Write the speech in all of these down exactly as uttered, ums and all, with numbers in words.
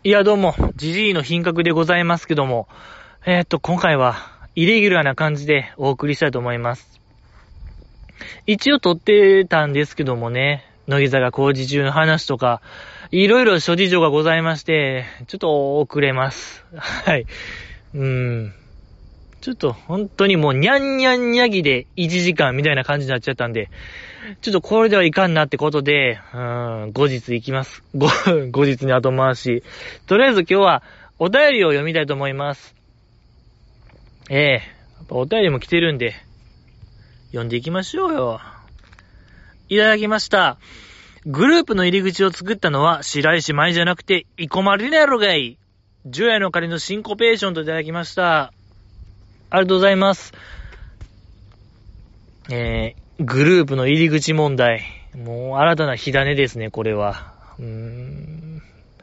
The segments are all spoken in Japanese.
いや、どうも、ジジイの品格でございますけども、えー、っと、今回は、イレギュラーな感じでお送りしたいと思います。一応撮ってたんですけどもね、乃木坂工事中の話とか、いろいろ諸事情がございまして、ちょっと遅れます。はい。うーん。ちょっと、本当にもう、にゃんにゃんにゃぎでいちじかんみたいな感じになっちゃったんで、ちょっとこれではいかんなってことで、うーん、後日行きます。ご、後日に後回し。とりあえず今日はお便りを読みたいと思います。ええ、やっぱお便りも来てるんで、読んでいきましょうよ。いただきました。グループの入り口を作ったのは白石舞じゃなくて、生駒里奈やろがい。除夜の鐘のシンコペーションといただきました。ありがとうございます。えー、グループの入り口問題。もう新たな火種ですね、これは。うーん。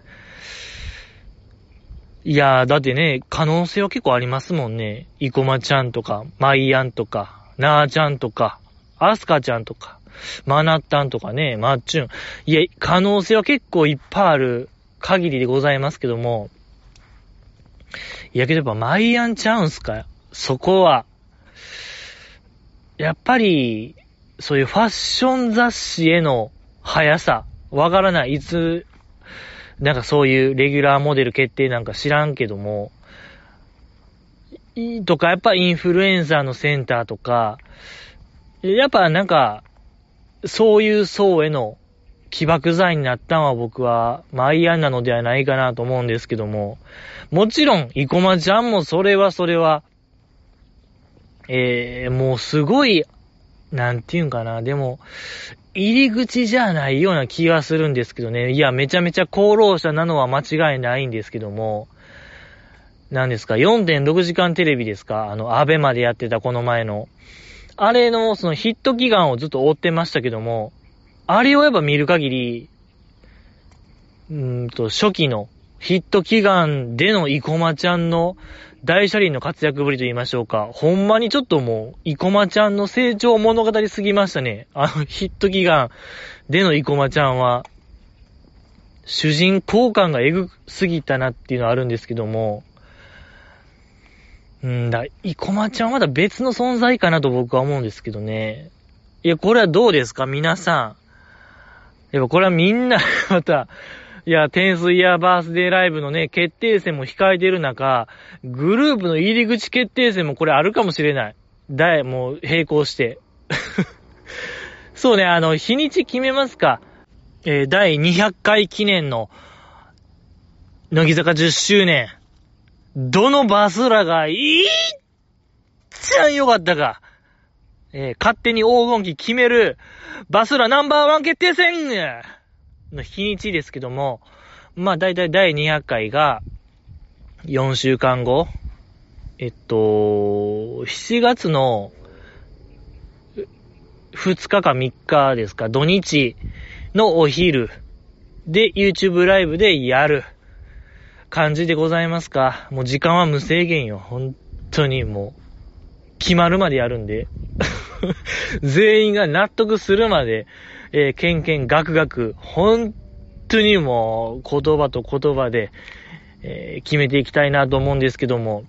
いやー、だってね、可能性は結構ありますもんね。生駒ちゃんとか、マイアンとか、なーちゃんとか、アスカちゃんとか、マナッタンとかね、マッチュン。いや、可能性は結構いっぱいある限りでございますけども。いやけどやっぱマイアンちゃうんすか？そこは。やっぱり、そういうファッション雑誌への速さ、わからない。いつ、なんかそういうレギュラーモデル決定なんか知らんけども、いとか、やっぱインフルエンサーのセンターとか、やっぱなんか、そういう層への起爆剤になったのは僕はマイアンなのではないかなと思うんですけども、もちろん、生駒ちゃんもそれはそれは、えー、もうすごい、なんていうんかな、でも、入り口じゃないような気がするんですけどね。いや、めちゃめちゃ功労者なのは間違いないんですけども、何ですか、よんてんろく 時間テレビですか、あの、アベマでやってたこの前の。あれの、そのヒット祈願をずっと追ってましたけども、あれをやっぱ見る限り、うーんと、初期のヒット祈願での生駒ちゃんの大車輪の活躍ぶりと言いましょうか。ほんまにちょっともう、生駒ちゃんの成長物語すぎましたね。あのヒット祈願での生駒ちゃんは、主人公感がエグすぎたなっていうのはあるんですけども、んだ、生駒ちゃんはまだ別の存在かなと僕は思うんですけどね。いや、これはどうですか皆さん。やっぱこれはみんな、また、いや、テンスイヤーバースデーライブのね、決定戦も控えてる中、グループの入り口決定戦もこれあるかもしれない。だい、もう並行して。そうね、あの、日にち決めますか。えー、だいにひゃっかい記念の、乃木坂じゅっしゅうねん。どのバスラがいいっちゃんよかったか。えー、勝手に黄金期決める、バスラナンバーワン決定戦の日にちですけども、まあだいたいだいにひゃっかいがよんしゅうかんご、えっと、しちがつのふつかかみっかですか、土日のお昼で YouTube ライブでやる感じでございますか。もう時間は無制限よ。本当にもう、決まるまでやるんで。全員が納得するまで、えー、ケンケンガクガク、本当にもう言葉と言葉で、えー、決めていきたいなと思うんですけども。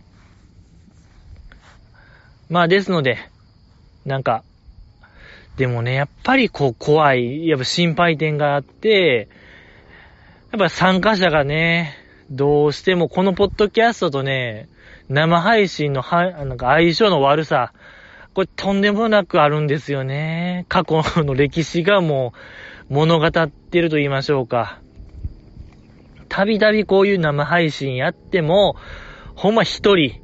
まあですので、なんか、でもね、やっぱりこう怖い、やっぱ心配点があって、やっぱ参加者がね、どうしてもこのポッドキャストとね、生配信のは、なんか相性の悪さ、これとんでもなくあるんですよね。過去の歴史がもう物語ってると言いましょうか。たびたびこういう生配信やっても、ほんま一人。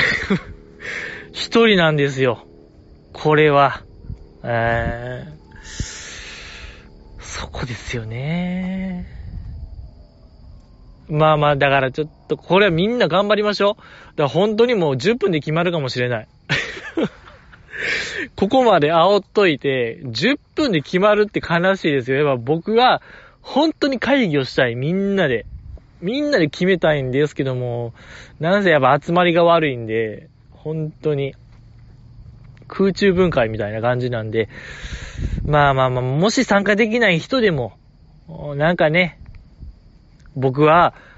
一人なんですよ。これは。えー、そこですよね。まあまあ、だからちょっと、これはみんな頑張りましょう。だから本当にもうじゅっぷんで決まるかもしれない。ここまで煽っといて、じゅっぷんで決まるって悲しいですよ。やっぱ僕は、本当に会議をしたい。みんなで。みんなで決めたいんですけども、なんせやっぱ集まりが悪いんで、本当に、空中分解みたいな感じなんで、まあまあまあ、もし参加できない人でも、なんかね、僕は、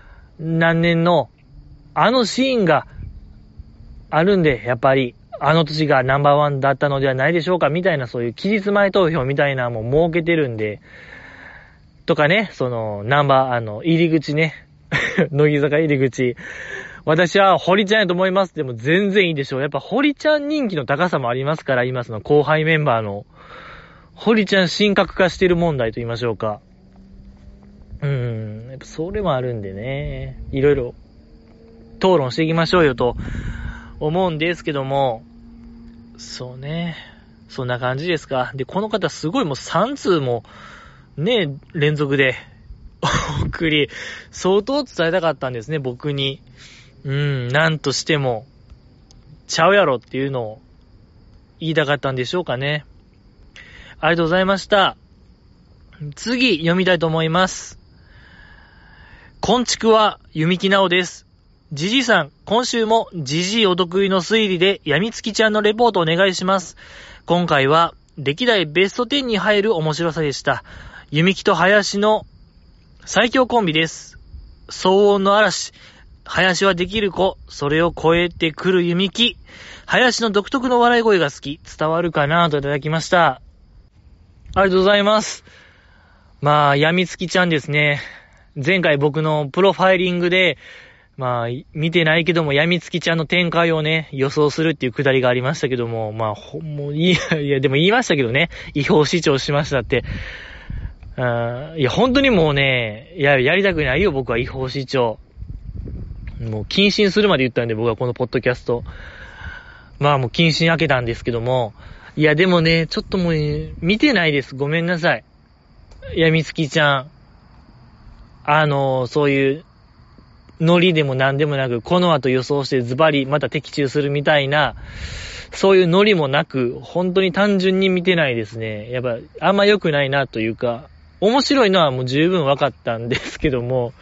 何年のあのシーンがあるんで、やっぱりあの年がナンバーワンだったのではないでしょうかみたいな、そういう期日前投票みたいなのも設けてるんで、とかね、そのナンバー、あの、入り口ね、乃木坂入り口、私は堀ちゃんやと思います。でも全然いいでしょう。やっぱ堀ちゃん人気の高さもありますから、今その後輩メンバーの堀ちゃん神格化してる問題と言いましょうか。うーん、やっぱそれもあるんでね、いろいろ討論していきましょうよと思うんですけども、そうね、そんな感じですか。で、この方すごいもうさん通もね、連続で送り、相当伝えたかったんですね、僕に。うん、なんとしても、ちゃうやろっていうのを言いたかったんでしょうかね。ありがとうございました。次、読みたいと思います。こんちくは、ゆみきなおです。じじいさん、今週もじじいお得意の推理でやみつきちゃんのレポートお願いします。今回は、歴代ベストじゅうに入る面白さでした。ゆみきと林の最強コンビです。騒音の嵐。林はできる子。それを超えてくるゆみき。林の独特の笑い声が好き。伝わるかなといただきました。ありがとうございます。まあ、やみつきちゃんですね。前回僕のプロファイリングで、まあ、見てないけども、やみつきちゃんの展開をね、予想するっていうくだりがありましたけども、まあ、ほんもういや、いや、でも言いましたけどね、違法視聴しましたって。あいや、本当にもうね、いや、やりたくないよ、僕は違法視聴。もう、謹慎するまで言ったんで、僕はこのポッドキャスト。まあ、もう、謹慎開けたんですけども、いや、でもね、ちょっともう、見てないです。ごめんなさい。やみつきちゃん。あの、そういう、ノリでも何でもなく、この後予想してズバリまた的中するみたいな、そういうノリもなく、本当に単純に見てないですね。やっぱ、あんま良くないなというか、面白いのはもう十分分かったんですけども、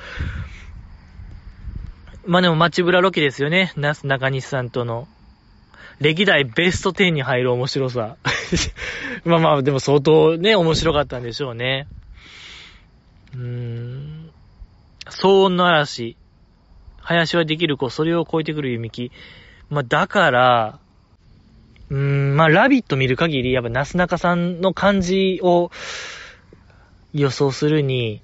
まあでも街ブラロケですよね。なす中西さんとの。歴代ベストじゅうに入る面白さ。まあまあ、でも相当ね、面白かったんでしょうね。うーん。騒音の嵐。林はできる子、それを超えてくる弓木。まあだから、うーん、まあラビット見る限り、やっぱなすなかさんの感じを予想するに、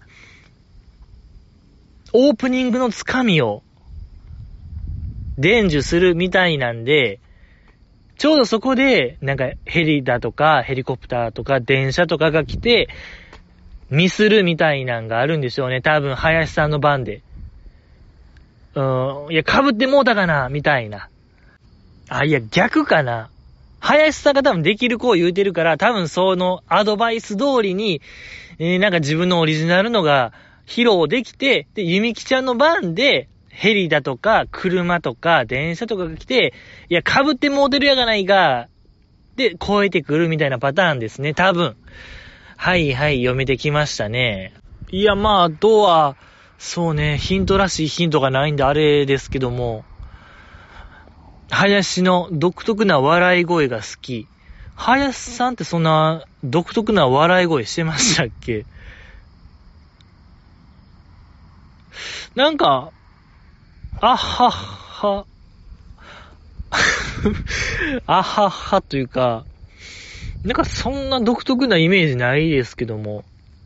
オープニングのつかみを伝授するみたいなんで、ちょうどそこで、なんかヘリだとか、ヘリコプターとか、電車とかが来て、ミスるみたいなんがあるんでしょうね。多分、林さんの番で。うーん、いや、被ってもうたかなみたいな。あ、いや、逆かな。林さんが多分できる子を言うてるから、多分そのアドバイス通りに、えー、なんか自分のオリジナルのが披露できて、で、ゆみきちゃんの番で、ヘリだとか、車とか、電車とかが来て、いや、被ってもうてるやがないか、で、超えてくるみたいなパターンですね、多分。はいはい、読めてきましたね。いや、まあ、あとは、そうね、ヒントらしいヒントがないんであれですけども、林の独特な笑い声が好き。林さんってそんな独特な笑い声してましたっけ？なんか、あはっは。あはっはというか、なんかそんな独特なイメージないですけども。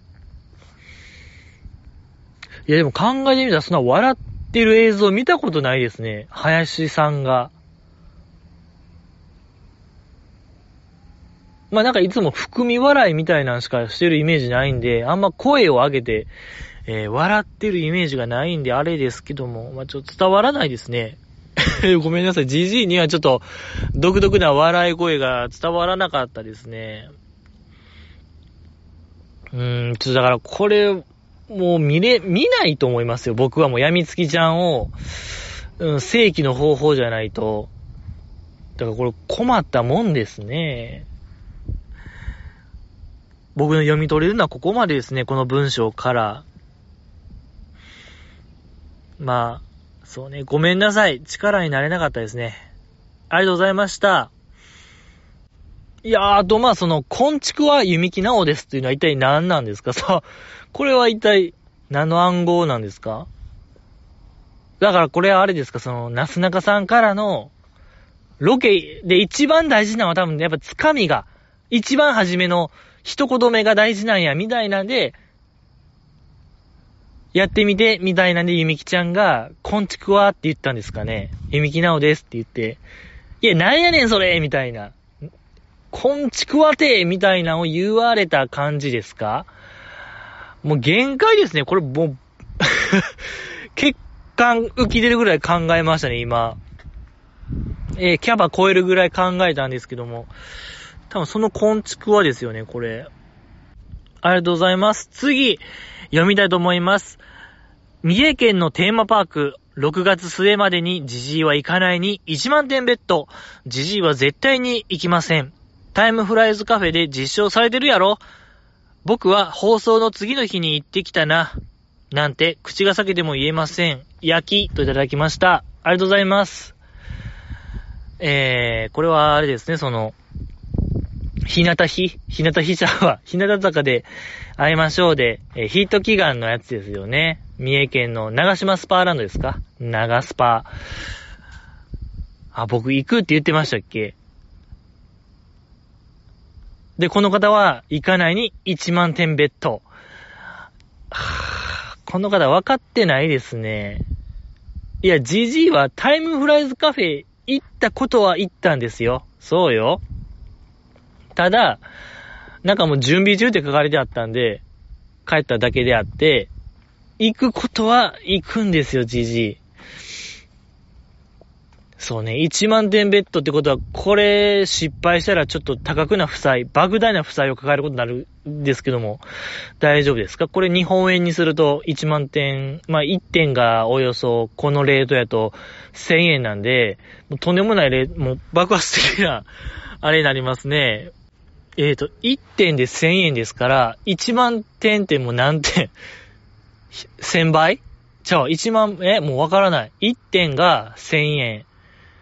いやでも考えてみたらそんな笑ってる映像見たことないですね。林さんが。まあなんかいつも含み笑いみたいなのしかしてるイメージないんで、あんま声を上げて、えー、笑ってるイメージがないんであれですけども、まあちょっと伝わらないですね。ごめんなさい。ジジイにはちょっと独特な笑い声が伝わらなかったですね。うーん、ちょっとだからこれ、もう見れ、見ないと思いますよ。僕はもうやみつきちゃんを、うん、正規の方法じゃないと。だからこれ困ったもんですね。僕の読み取れるのはここまでですね。この文章から。まあ、そうね。ごめんなさい。力になれなかったですね。ありがとうございました。いやー、あとまあその、こんちくは弓木直ですっていうのは一体何なんですか？さあ、これは一体何の暗号なんですか？ だからこれはあれですか、その、なすなかさんからの、ロケで一番大事なのは多分やっぱつかみが、一番初めの一言目が大事なんや、みたいなんで、やってみて、みたいなんで、ゆみきちゃんが、こんちくわって言ったんですかね。ゆみきなおですって言って、いや、なんやねんそれみたいな。こんちくわてみたいなのを言われた感じですか？もう限界ですね。これもう、血管浮き出るぐらい考えましたね、今。えー、キャバ超えるぐらい考えたんですけども。多分そのこんちくわですよね、これ。ありがとうございます。次、読みたいと思います。三重県のテーマパーク、ろくがつ末までにジジイは行かないにいちまんてんベッド。ジジイは絶対に行きません。タイムフライズカフェで実証されてるやろ。僕は放送の次の日に行ってきたな。なんて口が裂けても言えません。焼きといただきました。ありがとうございます。えー、これはあれですね、その、ひなたひひなたひちゃんは、ひなた坂で会いましょうで、えー、ヒート祈願のやつですよね。三重県の長島スパーランドですか？長スパ。あ、僕行くって言ってましたっけ？で、この方は行かないにいちまんてんベッド。はぁ、この方分かってないですね。いや、ジジイはタイムフライズカフェ行ったことは行ったんですよ。そうよ。ただ、なんかもう準備中って書かれてあったんで、帰っただけであって、行くことは行くんですよ、ジジイ。そうね、いちまんてんベッドってことは、これ失敗したらちょっと多額な負債、莫大な負債を抱えることになるんですけども、大丈夫ですか？これ日本円にするといちまんてん、まあいってんがおよそこのレートやとせんえんなんで、もうとんでもないレート、もう爆発的な、あれになりますね。えーと、いってんでせんえんですから、いちまんてんってもう何点せんばい？じゃあいちまん、え、もうわからない。いってんがせんえん。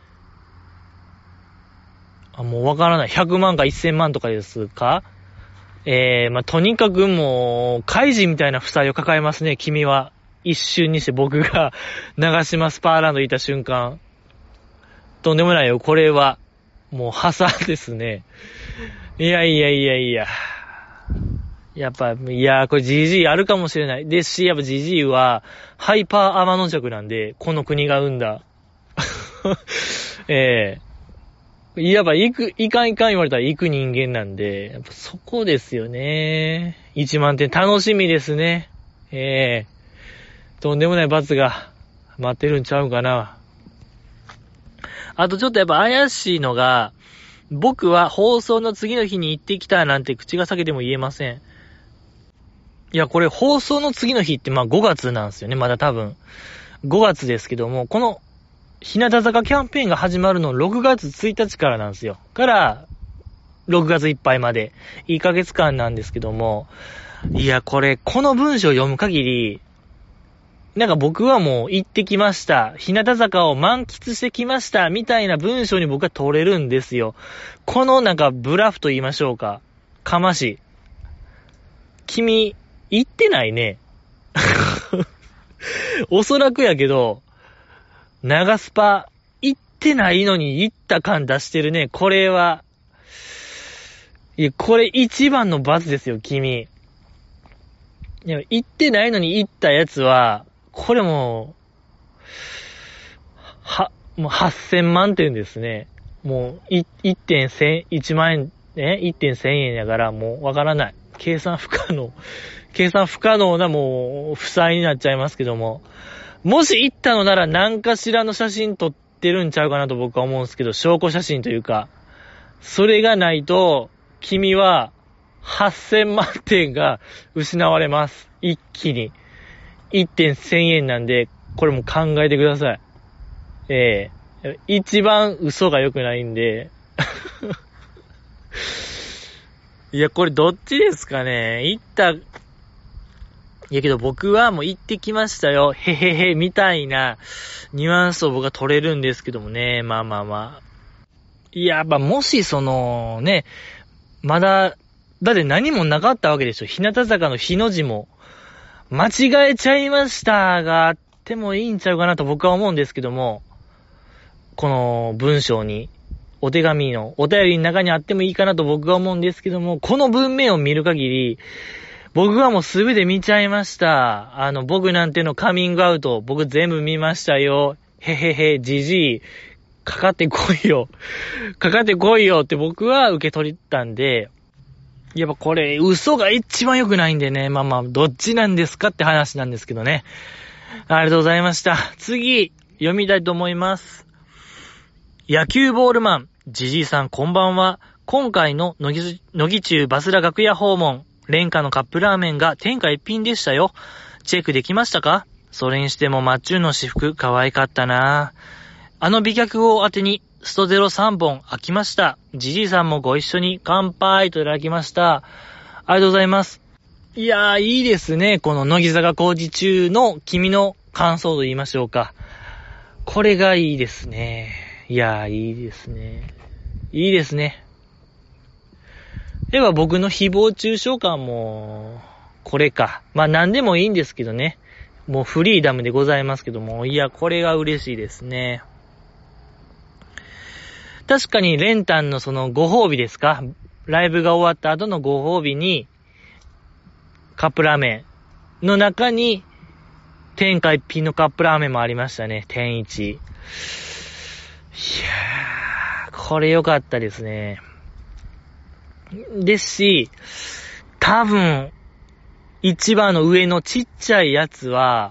あ、もうわからない。ひゃくまんかせんまんとかですか？えー、まあ、とにかくもう、怪人みたいな負債を抱えますね、君は。一瞬にして僕が、長島スパーランドにいた瞬間。とんでもないよ、これは。もう、破産ですね。いやいやいやいや。やっぱ、いやー、これ ジージー あるかもしれない。ですし、やっぱ ジージー は、ハイパー天の弱なんで、この国が生んだ。ええー。いわば行く、行かん行かん言われたら行く人間なんで、やっぱそこですよね。いちまんてん楽しみですね。ええー。とんでもない罰が待ってるんちゃうかな。あとちょっとやっぱ怪しいのが、僕は放送の次の日に行ってきたなんて口が裂けても言えません。いや、これ放送の次の日ってまあごがつなんですよね。まだ多分。ごがつですけども、この日向坂キャンペーンが始まるのろくがつついたちからなんですよ。から、ろくがついっぱいまで、いっかげつかんなんですけども、いや、これ、この文章を読む限り、なんか僕はもう行ってきました。日向坂を満喫してきました。みたいな文章に僕は取れるんですよ。このなんかブラフと言いましょうか。かまし。君、行ってないね。おそらくやけど、長スパ、行ってないのに行った感出してるね。これは。いや、これ一番の罰ですよ、君。いや、行ってないのに行ったやつは、これもう、は、もうはっせんまんてんですね。もう、い、いってんせん、いちまんえん、ね、いってんせんえんやから、もうわからない。計算不可能。計算不可能なもう、負債になっちゃいますけども。もし行ったのなら何かしらの写真撮ってるんちゃうかなと僕は思うんですけど、証拠写真というか、それがないと、君ははっせんまんてんが失われます。一気に。いってんせんえんなんで、これも考えてください。ええー、一番嘘が良くないんで。いや、これどっちですかね。行った、いやけど僕はもう行ってきましたよ。へへへ、みたいなニュアンスを僕は取れるんですけどもね。まあまあまあ。いや、まあもしそのね、まだ、だって何もなかったわけでしょ。日向坂の日の字も、間違えちゃいましたがあっってもいいんちゃうかなと僕は思うんですけども、この文章に、お手紙のお便りの中にあってもいいかなと僕は思うんですけども、この文面を見る限り、僕はもうすべて見ちゃいました。あの、僕なんてのカミングアウト、僕全部見ましたよ。へへへ、じじい、かかってこいよ。かかってこいよって僕は受け取ったんで、やっぱこれ、嘘が一番良くないんでね。まあまあ、どっちなんですかって話なんですけどね。ありがとうございました。次、読みたいと思います。野球ボールマン、じじいさんこんばんは。今回の乃木、乃木中バスラ楽屋訪問、廉価のカップラーメンが天下一品でしたよ。チェックできましたか？それにしてもマッチュンの私服可愛かったな。あの美脚を当てにストゼロさんぼん開きました。じじいさんもご一緒に乾杯といただきました。ありがとうございます。いやーいいですね。この乃木坂工事中の君の感想と言いましょうか。これがいいですね。いやーいいですね。いいですね。では僕の誹謗中傷感も、これか。まあ何でもいいんですけどね。もうフリーダムでございますけども。いや、これが嬉しいですね。確かにレンタンのそのご褒美ですか？ライブが終わった後のご褒美に、カップラーメンの中に、天下一品のカップラーメンもありましたね。天一。いやー、これ良かったですね。ですし、多分、一番の上のちっちゃいやつは、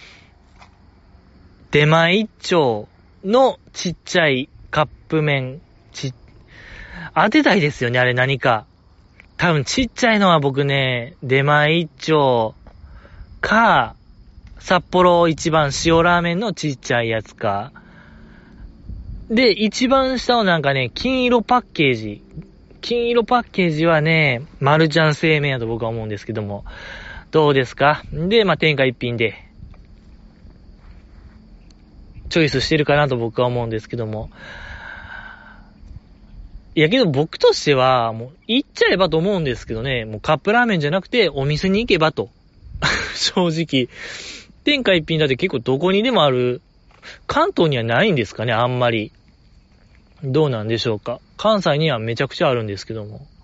出前一丁のちっちゃいカップ麺、ち、当てたいですよね、あれ何か。多分ちっちゃいのは僕ね、出前一丁か、札幌一番塩ラーメンのちっちゃいやつか。で、一番下のなんかね、金色パッケージ。金色パッケージはね、マルちゃん製麺やと僕は思うんですけども。どうですか？で、まあ、天下一品で、チョイスしてるかなと僕は思うんですけども。いやけど僕としては、もう、行っちゃえばと思うんですけどね、もうカップラーメンじゃなくて、お店に行けばと。正直。天下一品だって結構どこにでもある。関東にはないんですかね、あんまり。どうなんでしょうか。関西にはめちゃくちゃあるんですけども。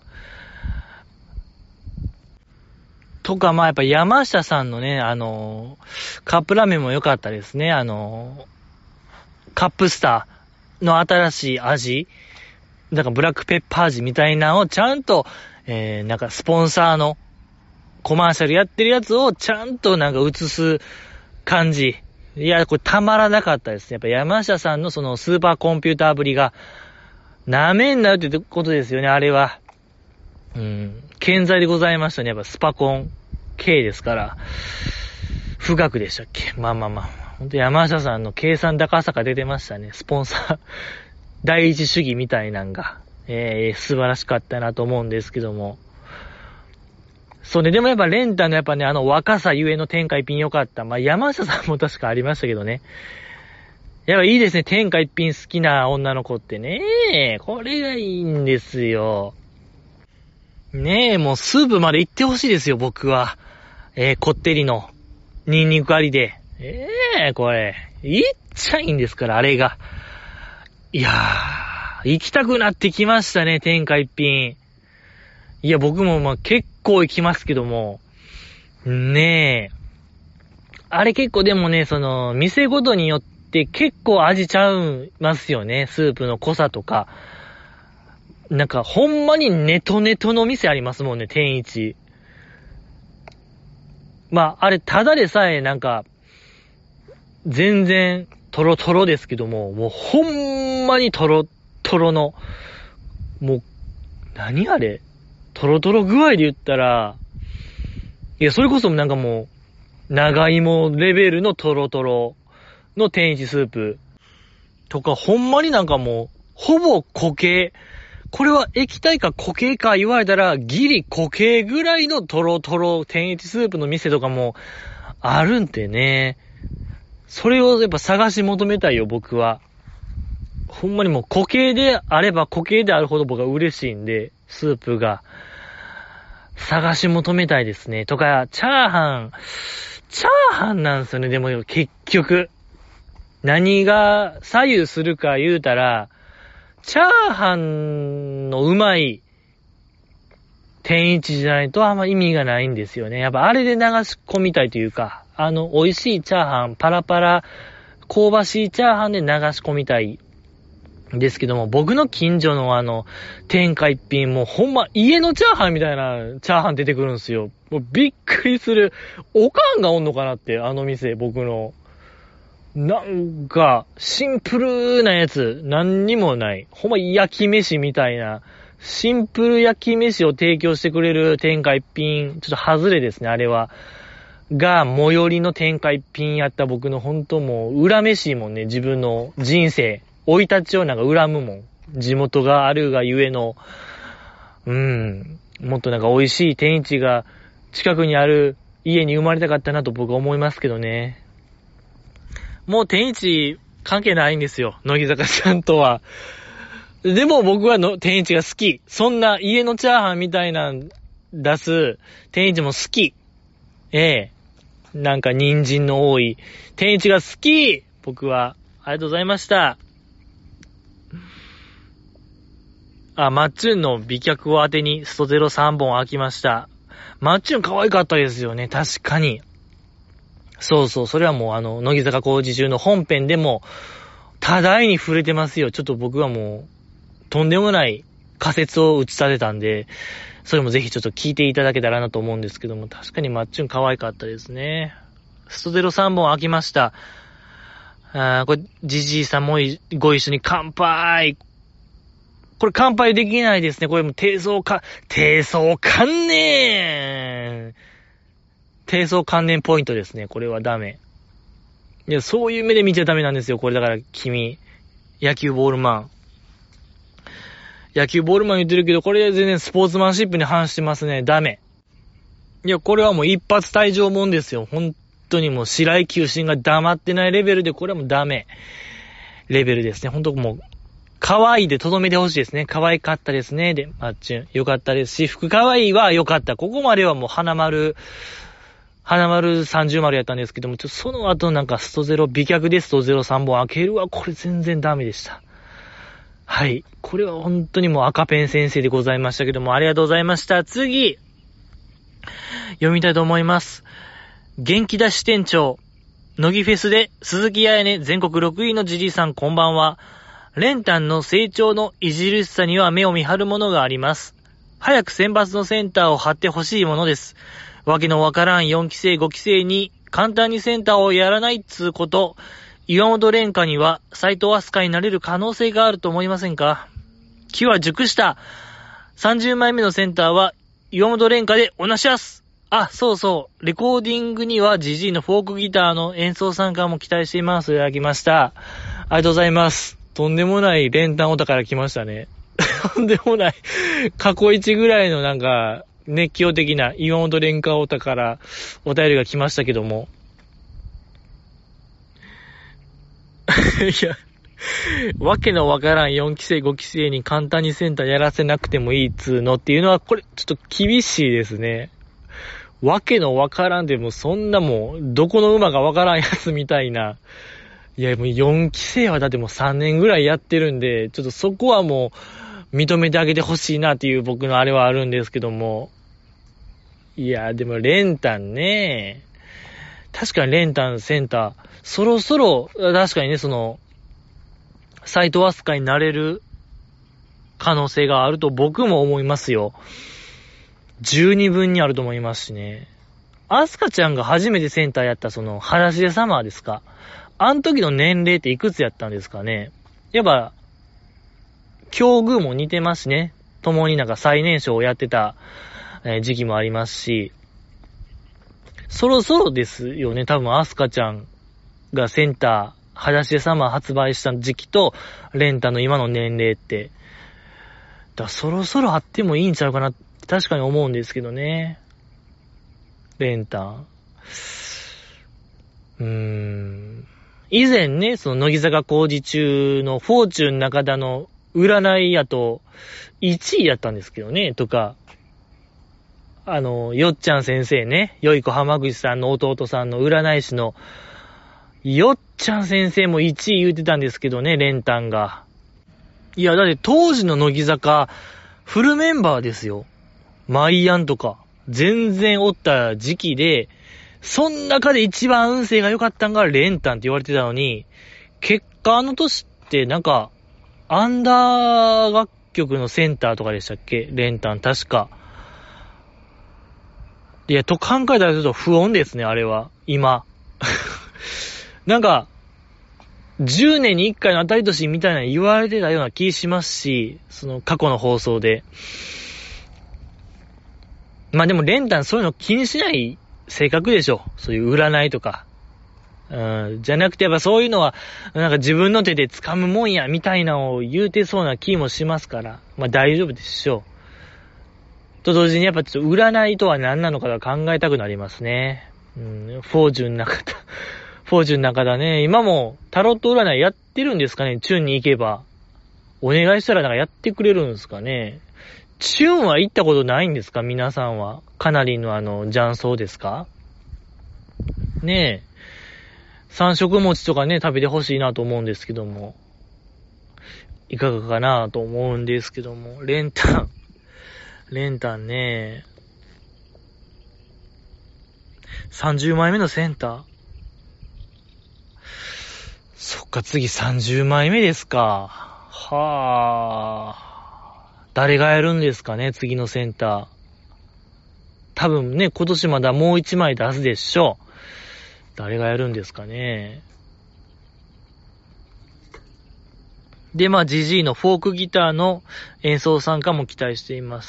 とか、まあやっぱ山下さんのね、あのー、カップラーメンも良かったですね。あのー、カップスターの新しい味。なんかブラックペッパー味みたいなのをちゃんと、えー、なんかスポンサーのコマーシャルやってるやつをちゃんとなんか映す感じ。いや、これたまらなかったですね。やっぱ山下さんのそのスーパーコンピューターぶりが、なめんなよってことですよね、あれは。うん。健在でございましたね。やっぱスパコン K ですから。富岳でしたっけ？まあまあまあ。ほんと山下さんの計算高さが出てましたね。スポンサー、第一主義みたいなんが、えー、素晴らしかったなと思うんですけども。そうね、でもやっぱレンタのやっぱね、あの若さゆえの天下一品良かった。まあ山下さんも確かありましたけどね。やっぱいいですね、天下一品好きな女の子ってね。これがいいんですよ。ねえ、もうスープまで行ってほしいですよ、僕は。えー、こってりの、ニンニクありで。ええー、これ、いっちゃいいんですから、あれが。いやー、行きたくなってきましたね、天下一品。いや、僕もまあ結構行きますけども。ねえ。あれ結構でもね、その、店ごとによって結構味ちゃいますよね、スープの濃さとか。なんか、ほんまにネトネトの店ありますもんね、天一。まあ、あれ、ただでさえ、なんか、全然、トロトロですけども、もう、ほんまにトロトロの、もう、何あれ？トロトロ具合で言ったら、いや、それこそなんかもう、長芋レベルのトロトロの天一スープとか、ほんまになんかもう、ほぼ固形、これは液体か固形か言われたらギリ固形ぐらいのトロトロ天一スープの店とかもあるんでね。それをやっぱ探し求めたいよ、僕は。ほんまにもう固形であれば固形であるほど僕は嬉しいんで、スープが。探し求めたいですね。とか、チャーハン、 チャーハンなんですよね、でも結局。何が左右するか言うたら、チャーハンのうまい天一じゃないとあんま意味がないんですよね。やっぱあれで流し込みたいというか、あの美味しいチャーハン、パラパラ、香ばしいチャーハンで流し込みたいんですけども、僕の近所のあの、天下一品、もうほんま家のチャーハンみたいなチャーハン出てくるんですよ。もうびっくりする。おかんがおんのかなって、あの店、僕の。なんか、シンプルなやつ、何にもない。ほんま焼き飯みたいな、シンプル焼き飯を提供してくれる天下一品、ちょっと外れですね、あれは。が、最寄りの天下一品やった僕の本当もう、恨めしいもんね、自分の人生。生い立ちをなんか恨むもん。地元があるがゆえの、うん、もっとなんか美味しい天一が近くにある家に生まれたかったなと僕は思いますけどね。もう天一関係ないんですよ。乃木坂ちゃんとは。でも僕はの天一が好き。そんな家のチャーハンみたいな出す天一も好き。ええ。なんか人参の多い天一が好き。僕は。ありがとうございました。あ、マッチュンの美脚を当てにストゼロさんぼん開きました。マッチュン可愛かったですよね。確かに。そうそう、それはもうあの、乃木坂工事中の本編でも、多大に触れてますよ。ちょっと僕はもう、とんでもない仮説を打ち立てたんで、それもぜひちょっと聞いていただけたらなと思うんですけども、確かにマッチュン可愛かったですね。ストゼロさんぼん開きました。あー、これ、ジジイさんもご一緒に乾杯。これ乾杯できないですね。これも低層か、低層観念低層観念ポイントですね。これはダメ。いや、そういう目で見ちゃダメなんですよ。これだから君、野球ボールマン。野球ボールマン言ってるけど、これ全然スポーツマンシップに反してますね。ダメ。いや、これはもう一発退場もんですよ。本当にもう白井球審が黙ってないレベルで、これはもうダメ。レベルですね。本当もう、可愛いでとどめてほしいですね。可愛かったですね。で、マッチュン。よかったですし、服可愛いはよかった。ここまではもう花丸、花丸さんじゅう丸やったんですけども、ちょっとその後なんかストゼロ、美脚でストゼロさんぼん開けるわ。これ全然ダメでした。はい。これは本当にもう赤ペン先生でございましたけども、ありがとうございました。次、読みたいと思います。元気出し店長、乃木フェスで鈴木彩音全国ろくいのジジイさんこんばんは。練炭の成長の著しさには目を見張るものがあります。早く選抜のセンターを張ってほしいものです。わけのわからんよんきせいごきせいに簡単にセンターをやらないっつうこと、岩本蓮香には斎藤飛鳥になれる可能性があると思いませんか？機は熟した。さんじゅうまいめのセンターは岩本蓮香でおなしゃす。あ、そうそう。レコーディングにはジジイのフォークギターの演奏参加も期待しています。いただきました。ありがとうございます。とんでもない練炭オタから来ましたね。とんでもない。過去一ぐらいのなんか、熱狂的な岩本蓮香オタからお便りが来ましたけども。いや、わけのわからんよんきせいごきせいに簡単にセンターやらせなくてもいいっつーのっていうのは、これちょっと厳しいですね。わけのわからんでもそんなもう、どこの馬がわからんやつみたいな。いや、もうよんきせいはだってもうさんねんぐらいやってるんで、ちょっとそこはもう認めてあげてほしいなっていう僕のあれはあるんですけども。いや、でも練炭ね。確かに練炭センター、そろそろ、確かにね、その、斎藤飛鳥になれる可能性があると僕も思いますよ。十二分にあると思いますしね。飛鳥ちゃんが初めてセンターやったその、裸足でサマーですか？あの時の年齢っていくつやったんですかね？やっぱ、境遇も似てますしね。共になんか最年少をやってた、えー、時期もありますし、そろそろですよね。多分、アスカちゃんがセンター、裸足でサマー発売した時期と、レンタの今の年齢って。だからそろそろあってもいいんちゃうかなって確かに思うんですけどね。レンタン。うーん。以前ね、その乃木坂工事中のフォーチュン中田の占いやといちいやったんですけどね、とか。 あの、よっちゃん先生ね、よいこ浜口さんの弟さんの占い師の、よっちゃん先生もいちい言うてたんですけどね、レンタンが。いや、だって当時の乃木坂、フルメンバーですよ。マイアンとか、全然おった時期で、そん中で一番運勢が良かったんがレンタンって言われてたのに、結果あの年ってなんか、アンダー楽曲のセンターとかでしたっけ？レンタン確か。いや、と考えたらちょっと不穏ですね、あれは。今。なんか、じゅうねんにいっかいの当たり年みたいなの言われてたような気しますし、その過去の放送で。まあでもレンタンそういうの気にしない性格でしょ。そういう占いとか。うん、じゃなくてやっぱそういうのは、なんか自分の手で掴むもんや、みたいなのを言うてそうな気もしますから。まあ大丈夫でしょう。と同時にやっぱちょっと占いとは何なのか考えたくなりますね。うん、フォージュン中田。フォージュン中田ね、今もタロット占いやってるんですかね？チュンに行けば。お願いしたらなんかやってくれるんですかね？チュンは行ったことないんですか？皆さんは。かなりのあの、雀荘ですか？ねえ。三色餅とかね、食べてほしいなと思うんですけども。いかがかなと思うんですけども。レンタン。レンタンね。さんじゅうまいめのセンター。そっか、次さんじゅうまいめですか。はあ。誰がやるんですかね、次のセンター。多分ね、今年まだもういちまい出すでしょう。誰がやるんですかね。で、まあ、ジジイのフォークギターの演奏参加も期待しています。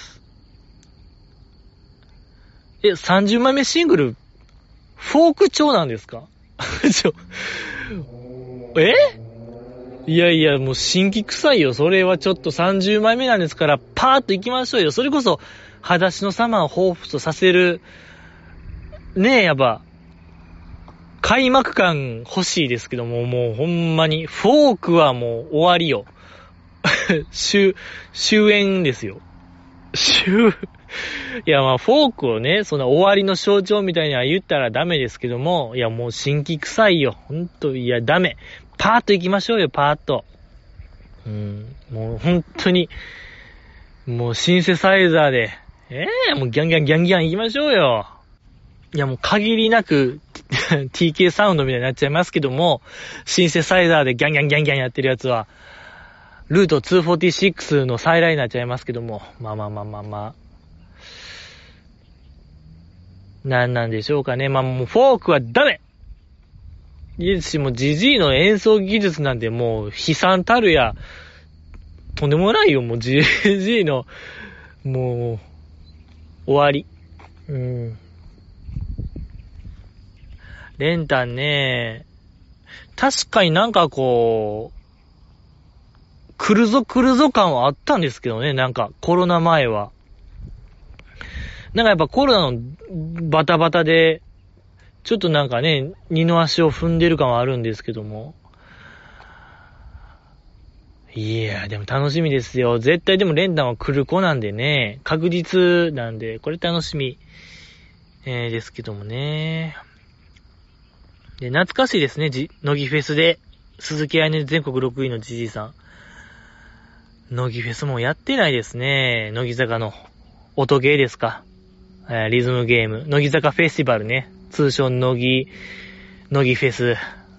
え、さんじゅうまいめシングル、フォーク調なんですか？ちょ、え？いやいや、もう新規臭いよ。それはちょっとさんじゅうまいめなんですから、パーッと行きましょうよ。それこそ、裸足の様を彷彿とさせる、ねえ、やっぱ、開幕感欲しいですけども、もうほんまに、フォークはもう終わりよ。終、終焉ですよ。終、いやまあフォークをね、そんな終わりの象徴みたいには言ったらダメですけども、いやもう新規臭いよ。ほんと、いやダメ。パーッと行きましょうよ、パーッと。うん、もう本当に、もうシンセサイザーで、ええー、もうギャンギャンギャンギャン行きましょうよ。いやもう限りなくティーケー サウンドみたいになっちゃいますけども、シンセサイザーでギャンギャンギャンギャンやってるやつは、ルートにひゃくよんじゅうろくの再来になっちゃいますけども、まあまあまあまあまあ。なんなんでしょうかね。まあもうフォークはダメ！いいですし、もうジジイの演奏技術なんてもう悲惨たるや、とんでもないよ、もうジジイの、もう、終わり。うん。レンタンね、確かになんかこう、来るぞ来るぞ感はあったんですけどね、なんかコロナ前は。なんかやっぱコロナのバタバタで、ちょっとなんかね、二の足を踏んでる感はあるんですけども。いやーでも楽しみですよ。絶対でもレンタンは来る子なんでね、確実なんで、これ楽しみ、えー、ですけどもね。で、懐かしいですね、じ、乃木フェスで、鈴木愛音全国ろくいのじじいさん。乃木フェスもやってないですね。乃木坂の音ゲーですか。えー、リズムゲーム。乃木坂フェスティバルね。通称乃木、乃木フェス。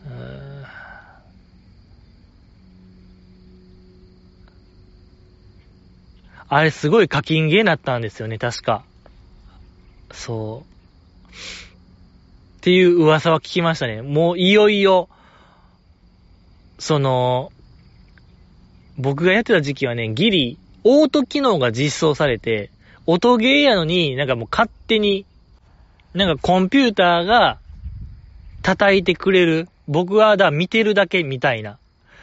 あれすごい課金ゲーになったんですよね、確か。そう。っていう噂は聞きましたね。もういよいよ、その、僕がやってた時期はね、ギリ、オート機能が実装されて、音ゲーやのになんかもう勝手に、なんかコンピューターが叩いてくれる。僕はだ、見てるだけみたいな。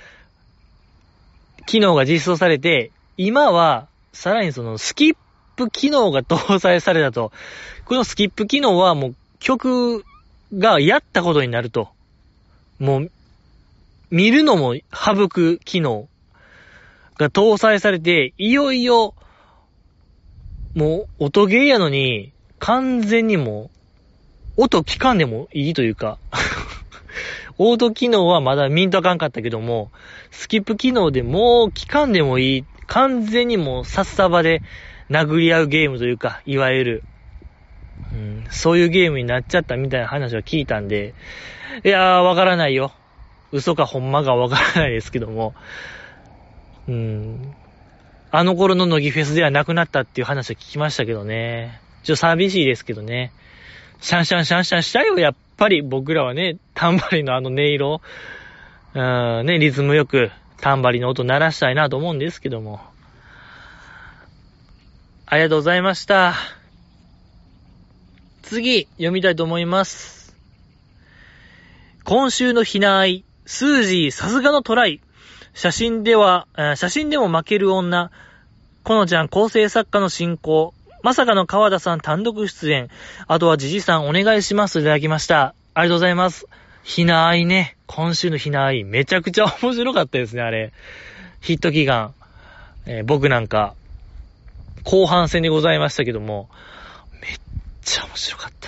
機能が実装されて、今は、さらにそのスキップ機能が搭載されたと。このスキップ機能はもう曲がやったことになると。もう、見るのも省く機能が搭載されて、いよいよ、もう音ゲーやのに、 完全にもう、音聞かんでもいいというか、オート機能はまだミントあかんかったけども、スキップ機能でもう聞かんでもいい、完全にもうさっさばで殴り合うゲームというか、いわゆる、うん、そういうゲームになっちゃったみたいな話は聞いたんで、いやーわからないよ。嘘かほんまかわからないですけども、うん、あの頃の乃木フェスではなくなったっていう話は聞きましたけどね。ちょっと寂しいですけどね。シャンシャンシャンシャンしたよ、やっぱり僕らはね、タンバリンのあの音色、うん、ね、リズムよくタンバリンの音鳴らしたいなと思うんですけども。ありがとうございました。次、読みたいと思います。今週のひなあい、スージーさすがのトライ。写真では、写真でも負ける女。このちゃん構成作家の進行。まさかの川田さん単独出演。あとはジジさんお願いしますといただきました。ありがとうございます。ひなあいね。今週のひなあい。めちゃくちゃ面白かったですね、あれ。ヒット祈願。えー、僕なんか、後半戦でございましたけども、めっちゃ面白かった。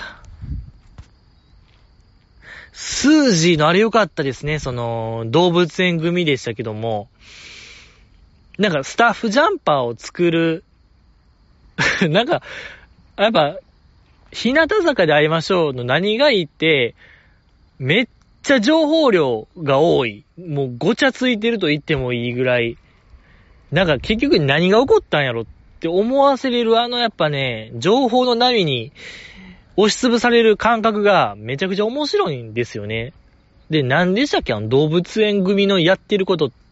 スージーのあれ良かったですね。その、動物園組でしたけども、なんかスタッフジャンパーを作る、なんか、やっぱ、日向坂で会いましょうの何がいいって、めっちゃ情報量が多い。もうごちゃついてると言ってもいいぐらい。なんか結局何が起こったんやろって思わせれるあのやっぱね、情報の波に押しつぶされる感覚がめちゃくちゃ面白いんですよね。で、なんでしたっけあの動物園組のやってることって、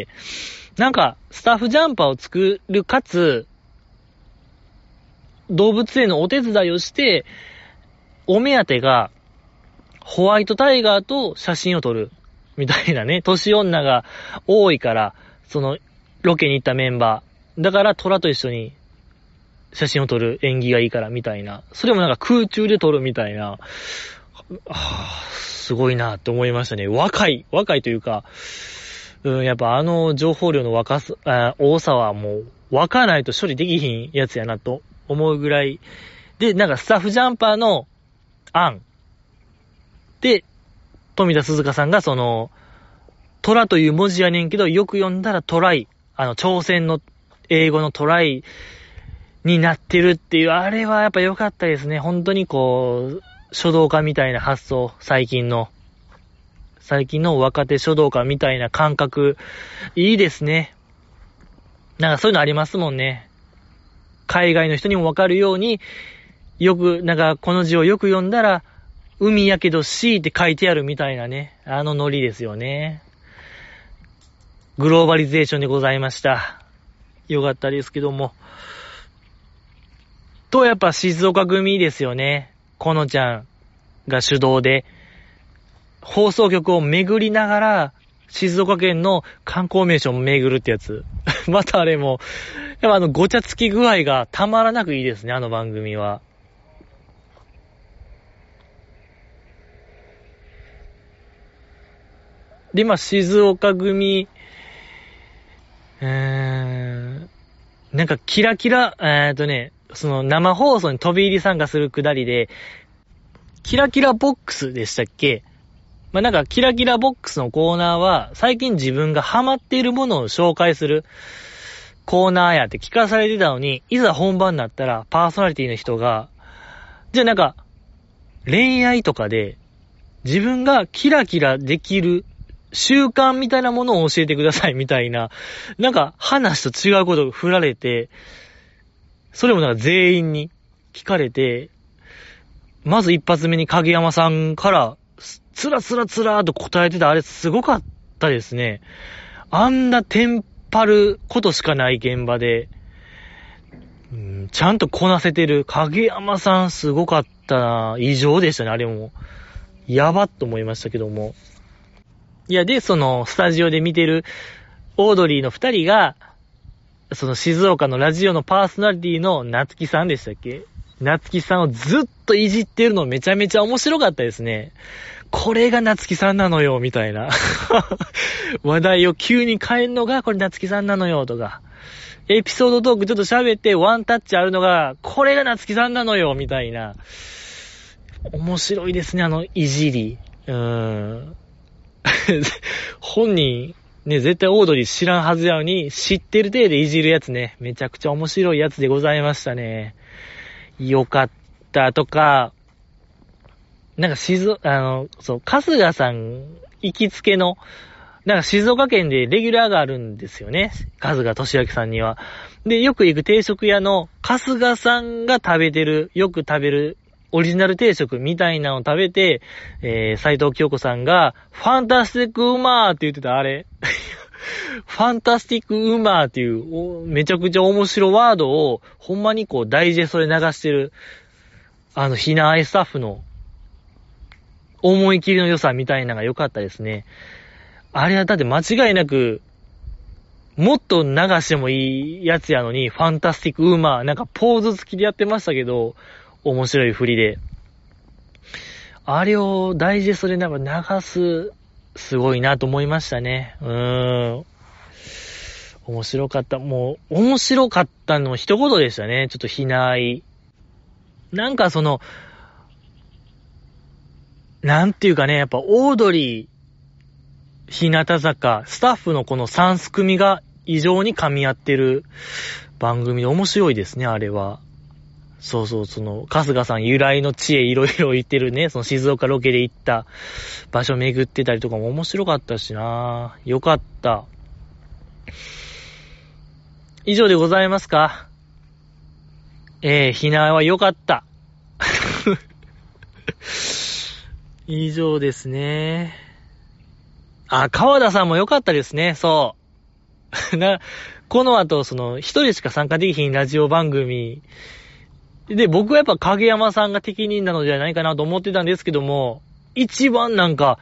なんかスタッフジャンパーを作るかつ、動物園のお手伝いをして、お目当てが、ホワイトタイガーと写真を撮る。みたいなね。年女が多いから、その、ロケに行ったメンバー。だから、虎と一緒に写真を撮る縁起がいいから、みたいな。それもなんか空中で撮るみたいな。はぁ、すごいなって思いましたね。若い。若いというか、うん、やっぱあの情報量の若さ、あ多さはもう、湧かないと処理できひんやつやなと。思うぐらい。で、なんかスタッフジャンパーの案。で、富田鈴香さんがその、虎という文字やねんけど、よく読んだらトライ。あの、挑戦の英語のトライになってるっていう、あれはやっぱ良かったですね。本当にこう、書道家みたいな発想。最近の。最近の若手書道家みたいな感覚。いいですね。なんかそういうのありますもんね。海外の人にもわかるように、よく、なんかこの字をよく読んだら、海やけど C って書いてあるみたいなね、あのノリですよね。グローバリゼーションでございました。よかったですけども。と、やっぱ静岡組ですよね。このちゃんが主導で、放送局を巡りながら、静岡県の観光名所を巡るってやつ。またあれも、やっぱあのごちゃつき具合がたまらなくいいですね、あの番組は。で、まあ、静岡組、うーん、なんかキラキラ、えーっとね、その生放送に飛び入り参加するくだりで、キラキラボックスでしたっけ？まあ、なんかキラキラボックスのコーナーは、最近自分がハマっているものを紹介するコーナーやって聞かされてたのに、いざ本番になったらパーソナリティの人が、じゃあなんか、恋愛とかで自分がキラキラできる習慣みたいなものを教えてくださいみたいな、なんか話と違うことを振られて、それもなんか全員に聞かれて、まず一発目に影山さんから、つらつらつらーと答えてたあれすごかったですね。あんなテンパることしかない現場で、うん、ちゃんとこなせてる影山さんすごかったな。異常でしたね、あれも。やばっと思いましたけども。いや、で、その、スタジオで見てるオードリーの二人が、その静岡のラジオのパーソナリティの夏木さんでしたっけ？夏木さんをずっといじってるのめちゃめちゃ面白かったですね。これが夏木さんなのよ、みたいな。話題を急に変えんのが、これ夏木さんなのよ、とか。 エピソードトークちょっと喋ってワンタッチあるのが、これが夏木さんなのよ、みたいな。面白いですね、あの、いじり。うーん。本人、ね、絶対オードリー知らんはずやのに、知ってる体でいじるやつね。めちゃくちゃ面白いやつでございましたね。よかったとか、なんか静岡、あの、そう、春日さん行きつけの、なんか静岡県でレギュラーがあるんですよね。春日俊明さんには。で、よく行く定食屋の春日さんが食べてる、よく食べるオリジナル定食みたいなのを食べて、えー、斉藤京子さんが、ファンタスティックウマーって言ってた、あれ。ファンタスティックウマーっていう、めちゃくちゃ面白ワードを、ほんまにこう、ダイジェストで流してる、あの、ひなあいスタッフの、思い切りの良さみたいなのが良かったですね。あれはだって間違いなく、もっと流してもいいやつやのに、ファンタスティックウーマー、なんかポーズ付きでやってましたけど、面白い振りで。あれをダイジェストでなんか流す、すごいなと思いましたね。うーん。面白かった。もう、面白かったの一言でしたね。ちょっとひない。なんかその、なんていうかね、やっぱオードリー、日向坂、スタッフのこのさん組が異常に噛み合ってる番組で面白いですね、あれは。そうそう、その、春日さん由来の地へいろいろ行ってるね、その静岡ロケで行った場所巡ってたりとかも面白かったしな。よかった。以上でございますか？えー、ひなはよかった。以上ですね。あ、川田さんも良かったですね、そう。な、この後、その、一人しか参加できひんラジオ番組。で、僕はやっぱ影山さんが適任なのではないかなと思ってたんですけども、一番なんか、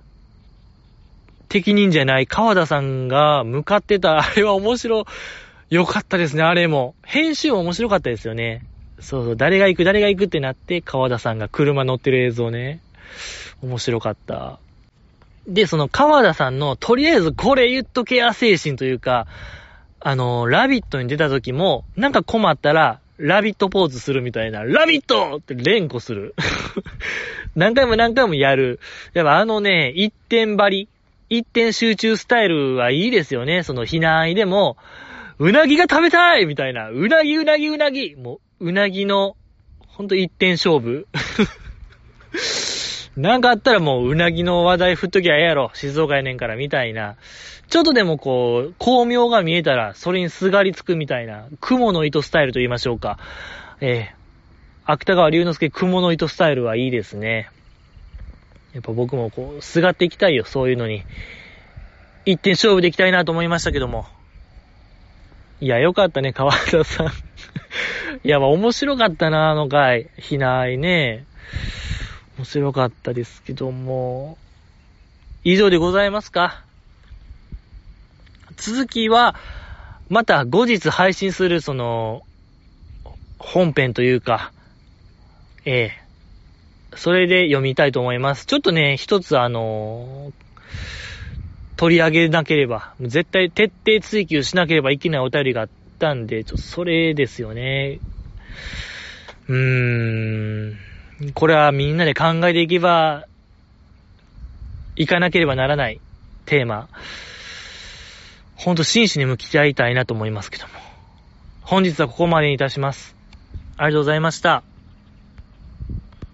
適任じゃない川田さんが向かってた、あれは面白、良かったですね、あれも。編集も面白かったですよね。そうそう、誰が行く、誰が行くってなって、川田さんが車乗ってる映像ね。面白かった。で、その川田さんのとりあえずこれ言っとけや精神というか、あの、ラビットに出た時も、なんか困ったら、ラビットポーズするみたいな、ラビットって連呼する。何回も何回もやる。やっぱあのね、一点張り、一点集中スタイルはいいですよね。その避難でも、うなぎが食べたいみたいな、うなぎうなぎうなぎ、もう、うなぎの、ほんと一点勝負。なんかあったらもううなぎの話題振っときゃええやろ。静岡やねんからみたいな。ちょっとでもこう、巧妙が見えたらそれにすがりつくみたいな。雲の糸スタイルと言いましょうか。えー、芥川龍之介雲の糸スタイルはいいですね。やっぱ僕もこう、すがっていきたいよ。そういうのに。一点勝負でいきたいなと思いましたけども。いや、よかったね、川田さん。いや、まあ面白かったな、あの回。ひないね。面白かったですけども。以上でございますか？続きは、また後日配信する、その、本編というか、ええ、それで読みたいと思います。ちょっとね、一つあのー、取り上げなければ、絶対徹底追求しなければいけないお便りがあったんで、ちょっとそれですよね。うーん。これはみんなで考えていけば、いかなければならないテーマ。ほんと真摯に向き合いたいなと思いますけども。本日はここまでにいたします。ありがとうございました。